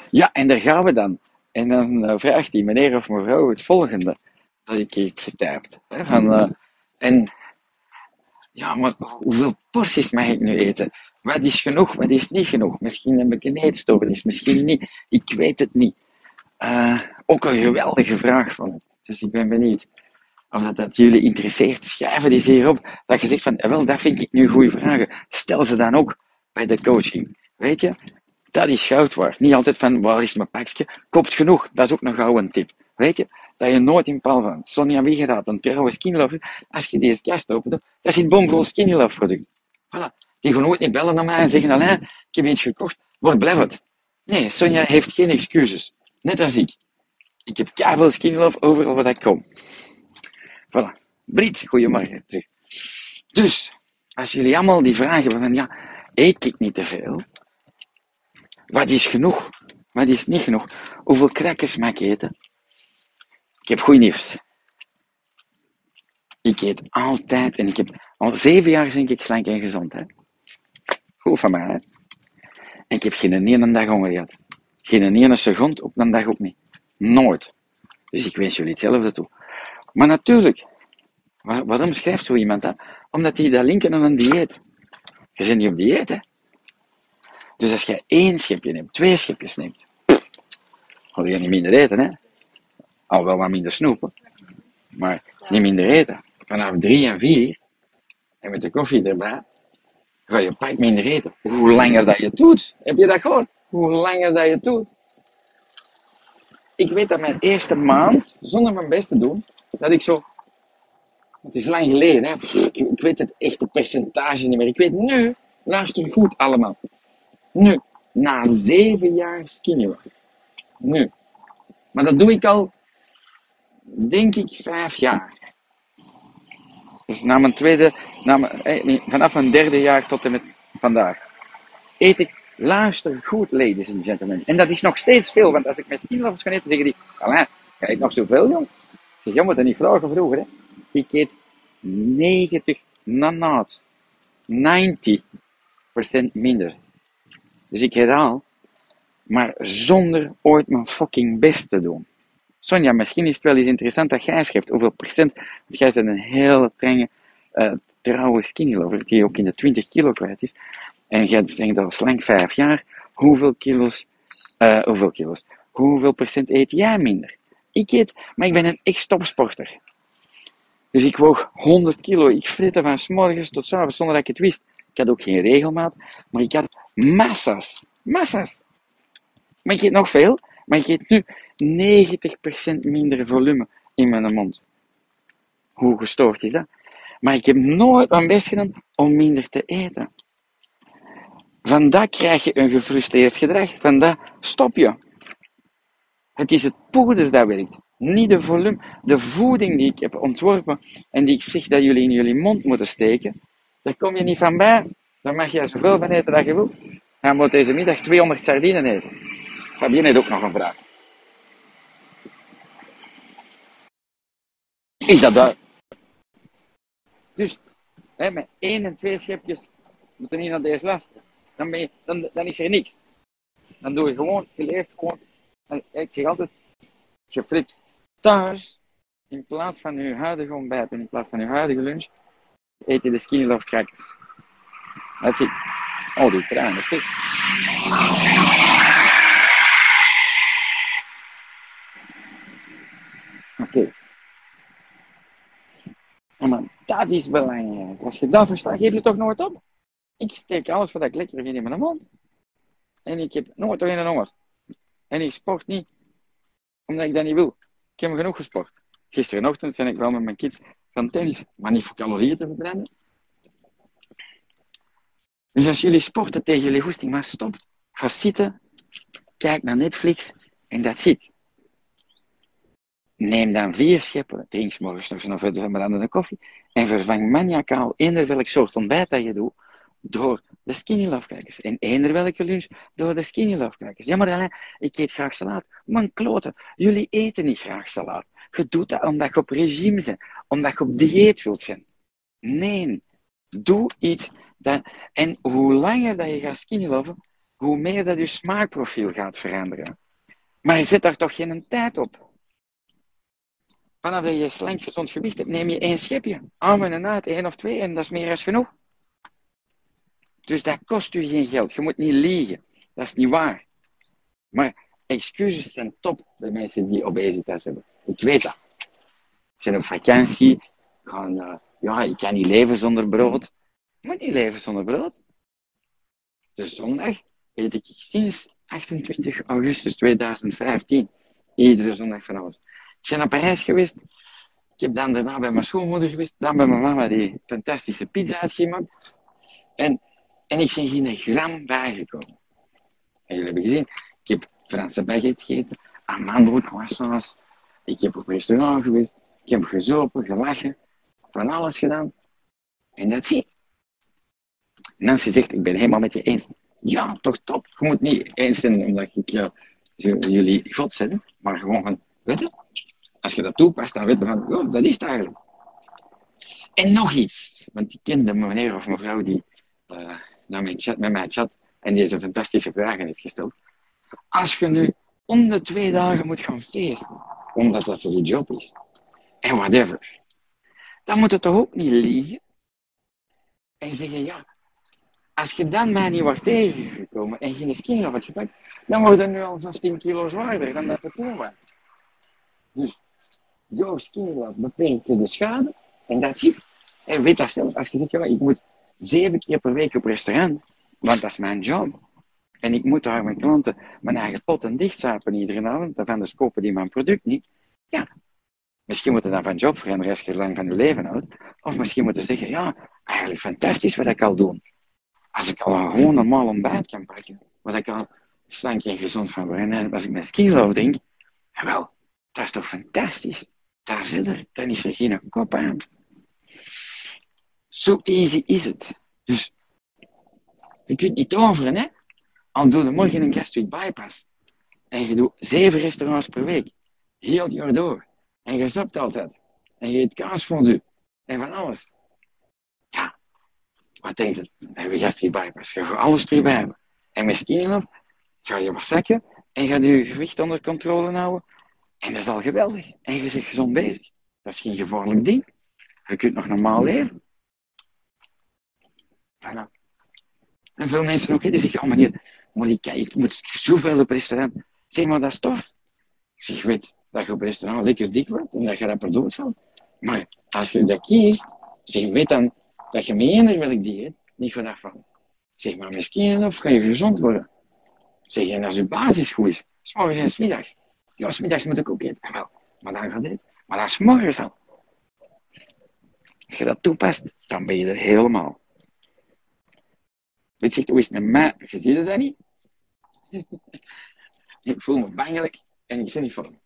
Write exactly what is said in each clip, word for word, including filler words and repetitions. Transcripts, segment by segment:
Ja, en daar gaan we dan. En dan uh, vraagt die meneer of mevrouw het volgende dat ik heb getypt. Hè, van, uh, en ja, maar hoeveel porties mag ik nu eten? Wat is genoeg, wat is niet genoeg? Misschien heb ik een eetstoornis, misschien niet. Ik weet het niet. Uh, ook een geweldige vraag van. Dus ik ben benieuwd of dat, dat jullie interesseert. Schrijf het eens hierop. Dat je zegt van, wel, dat vind ik nu goede vragen. Stel ze dan ook bij de coaching. Weet je, dat is goud waard. Niet altijd van, waar is mijn pakje? Koopt genoeg. Dat is ook nog gauw een tip. Weet je, dat je nooit in paal van. Sonja Wiegeraad, een trouwe Skinny Love. Als je deze kast opent, dat zit bomvol Skinny Love product. Voilà. Die gaan nooit niet bellen naar mij en zeggen, Alain, ik heb iets gekocht. Waar blijft het? Nee, Sonja heeft geen excuses. Net als ik. Ik heb keiveel Skinny Love overal waar ik kom. Voilà. Brit, goeiemorgen terug. Dus, als jullie allemaal die vragen hebben van, ja, eet ik niet te veel? Wat is genoeg? Wat is niet genoeg? Hoeveel crackers mag ik eten? Ik heb goed nieuws. Ik eet altijd, en ik heb al zeven jaar denk ik slank en gezond. Hè? Goed van mij, hè? En ik heb geen ene dag honger gehad. Geen ene seconde op een dag ook niet. Nooit. Dus ik wens jullie hetzelfde toe. Maar natuurlijk, waar, waarom schrijft zo iemand dat? Omdat hij dat linken aan een dieet. Je bent niet op dieet, hè? Dus als je één schepje neemt, twee schepjes neemt, ga je niet minder eten, hè? Al wel wat minder snoepen, maar niet minder eten. Vanaf drie en vier, en met de koffie erbij, ga je een pak minder eten. Hoe langer dat je het doet, heb je dat gehoord? Hoe langer dat je het doet. Ik weet dat mijn eerste maand, zonder mijn best te doen, dat ik zo, het is lang geleden, hè? Ik weet het echte percentage niet meer. Ik weet nu, luister goed allemaal. Nu, na zeven jaar skinny love. Nu. Maar dat doe ik al, denk ik, vijf jaar. Dus na mijn tweede, na mijn, eh, nee, vanaf mijn derde jaar tot en met vandaag. Eet ik, luister goed, ladies and gentlemen. En dat is nog steeds veel, want als ik met skinny lovers ga eten, zeggen die, Alain, ga ik nog zoveel, jong? Ik zeg, je moet dat niet vragen vroeger, hè. Ik eet negentig, nanaat, negentig procent minder. Dus ik herhaal, maar zonder ooit mijn fucking best te doen. Sonja, misschien is het wel eens interessant dat jij schrijft hoeveel procent, want jij bent een hele strenge, uh, trouwe skinny lover, die ook in de twintig kilo kwijt is. En jij denkt al slank vijf jaar, hoeveel kilo's, uh, hoeveel kilo's, hoeveel procent eet jij minder? Ik eet, maar ik ben een ex-topsporter. Dus ik woog honderd kilo, ik fritte van 's morgens tot 's avonds zonder dat ik het wist. Ik had ook geen regelmaat, maar ik had massa's, massa's. Maar ik eet nog veel, maar ik eet nu negentig procent minder volume in mijn mond. Hoe gestoord is dat? Maar ik heb nooit mijn best gedaan om minder te eten. Van dat krijg je een gefrustreerd gedrag. Van dat stop je. Het is het poeder dat werkt. Niet de volume. De voeding die ik heb ontworpen en die ik zeg dat jullie in jullie mond moeten steken, daar kom je niet van bij. Dan mag je zoveel van eten dat je wil. Dan moet deze middag tweehonderd sardinen eten. Fabien heeft ook nog een vraag. Is dat daar? Dus, hè, met één en twee schepjes moeten niet naar deze last. Dan, ben je, dan, dan is er niks. Dan doe je gewoon, je leeft gewoon. Ik zeg altijd, je flipt thuis, in plaats van je huidige ontbijt en in plaats van je huidige lunch, eet je de Skinny Love crackers. Dat zie ik. Oh, die trein, dat zie ik. Oké. Okay. Maar dat is belangrijk. Als je dat verstaat, geef je toch nooit op. Ik steek alles wat ik lekker vind in mijn mond. En ik heb nooit toch een honger. En ik sport niet, omdat ik dat niet wil. Ik heb genoeg gesport. Gisterenochtend ben ik wel met mijn kids gaan tennis, maar niet voor calorieën te verbranden. Dus als jullie sporten tegen jullie goesting, maar stop. Ga zitten, kijk naar Netflix en dat zit. Neem dan vier scheppen, drink 's morgens nog zo'n verder met een koffie en vervang maniacaal eender welk soort ontbijt dat je doet door de Skinny Love crackers. En eender welke lunch door de Skinny Love crackers. Ja, maar dan, ik eet graag salaat. Man, kloten, jullie eten niet graag salaat. Je doet dat omdat je op regime bent, omdat je op dieet wilt zijn. Nee, doe iets dat... En hoe langer dat je gaat Skinny Loven, hoe meer dat je smaakprofiel gaat veranderen. Maar je zet daar toch geen tijd op. Vanaf dat je slank gezond gewicht hebt, neem je één schepje. Aan en uit, één of twee, en dat is meer dan genoeg. Dus dat kost u geen geld. Je moet niet liegen. Dat is niet waar. Maar excuses zijn top bij mensen die obesitas hebben. Ik weet dat. Ze zijn op vakantie. Gaan, uh, ja, ik kan niet leven zonder brood. Je moet niet leven zonder brood. Dus zondag eet ik sinds achtentwintig augustus tweeduizend vijftien. Iedere zondag van alles. Ik ben naar Parijs geweest. Ik heb dan daarna bij mijn schoonmoeder geweest. Dan bij mijn mama die fantastische pizza had gemaakt. En, en ik ben geen gram bijgekomen. En jullie hebben gezien. Ik heb Franse baguette gegeten. Amandelcroissants. Ik heb op restaurant geweest. Ik heb gezopen, gelachen. Van alles gedaan. En dat zie je. Nancy zegt, ik ben helemaal met je eens. Ja, toch top. Je moet niet eens zijn omdat ik uh, jullie God zet. Maar gewoon van, weet je, als je dat toepast, dan weet je van, oh, dat is het eigenlijk. En nog iets. Want ik kende meneer of mevrouw die uh, naar mijn chat, met mij chat en deze fantastische vragen heeft gesteld. Als je nu om de twee dagen moet gaan feesten, omdat dat voor je job is, en whatever, dan moet het toch ook niet liegen en zeggen, ja, als je dan mij niet wordt tegengekomen en geen skin had gepakt, dan word je nu al vijftien kilo zwaarder dan dat het toen was. Dus, jouw skin beperkt de schade en dat zit. En weet dat zelf, als je zegt, ja, ik moet zeven keer per week op restaurant, want dat is mijn job. En ik moet daar mijn klanten mijn eigen pot en dichtzapen iedere avond, daarvan dus kopen die mijn product niet. Ja, misschien moet je dan van job veranderen als je lang van je leven houdt. Of misschien moet je zeggen, ja, eigenlijk fantastisch wat ik al doe. Als ik al een gewoon normaal ontbijt kan pakken, wat ik al slank en gezond van word, en als ik mijn skinloaf drink, wel, dat is toch fantastisch. Daar zit er, dan is er geen kop aan. Zo easy is het. Dus, je kunt niet toveren, hè. Al doe je morgen een gastric bypass. En je doet zeven restaurants per week. Heel het jaar door. En je stopt altijd. En je eet kaasfondue. En van alles. Ja. Wat denk je? Dan hebben we gastric bypass. Je gaat alles terug bij hebben. En met skinloaf ga je wat zakken. En ga je je gewicht onder controle houden. En dat is al geweldig. En je bent gezond bezig. Dat is geen gevaarlijk ding. Je kunt nog normaal leven. Voilà. En veel mensen ook, die zeggen, oh meneer, Monika, ik moet zoveel op restaurant. Zeg maar, dat is tof. Ik zeg, weet dat je op restaurant lekker dik wordt en dat je rapper doodvalt. Maar als je dat kiest, zeg, weet dan dat je met eender welk dieet niet gaat afvallen. Zeg maar, misschien of ga je gezond worden. Zeg, en als je basis goed is, 's morgens en 's middags. Ja, 's middags moet ik ook eten. Ah, wel, maar dan gaat dit. Maar dat is morgens al. Als je dat toepast, dan ben je er helemaal. Weet je, hoe is het met mij? Je ziet dat niet? Ik voel me bangelijk en ik zit niet voor.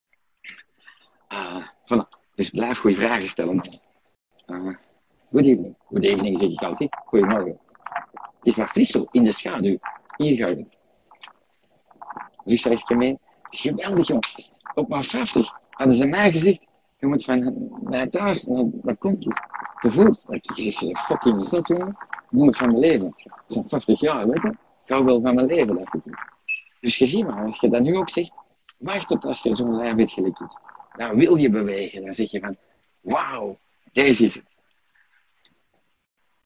Uh, voilà. Dus blijf goede vragen stellen. Uh, good evening. Good evening zeg ik altijd. Goedemorgen. Het is nog fris zo, in de schaduw. Hier ga je. Luisteraars mee. Het is geweldig, joh. Op mijn vijftig hadden ze mij gezegd, je moet van mijn thuis naar dat komt te voet. Ik zeg, fucking zot, jongen. Ik moet van mijn leven. Dat zijn vijftig jaar, weet je. Ik hou wel van mijn leven, dacht ik. Dus je ziet maar, als je dat nu ook zegt, wacht tot als je zo'n lijf hebt gelijk is. Dan wil je bewegen. Dan zeg je van, wauw, deze is het.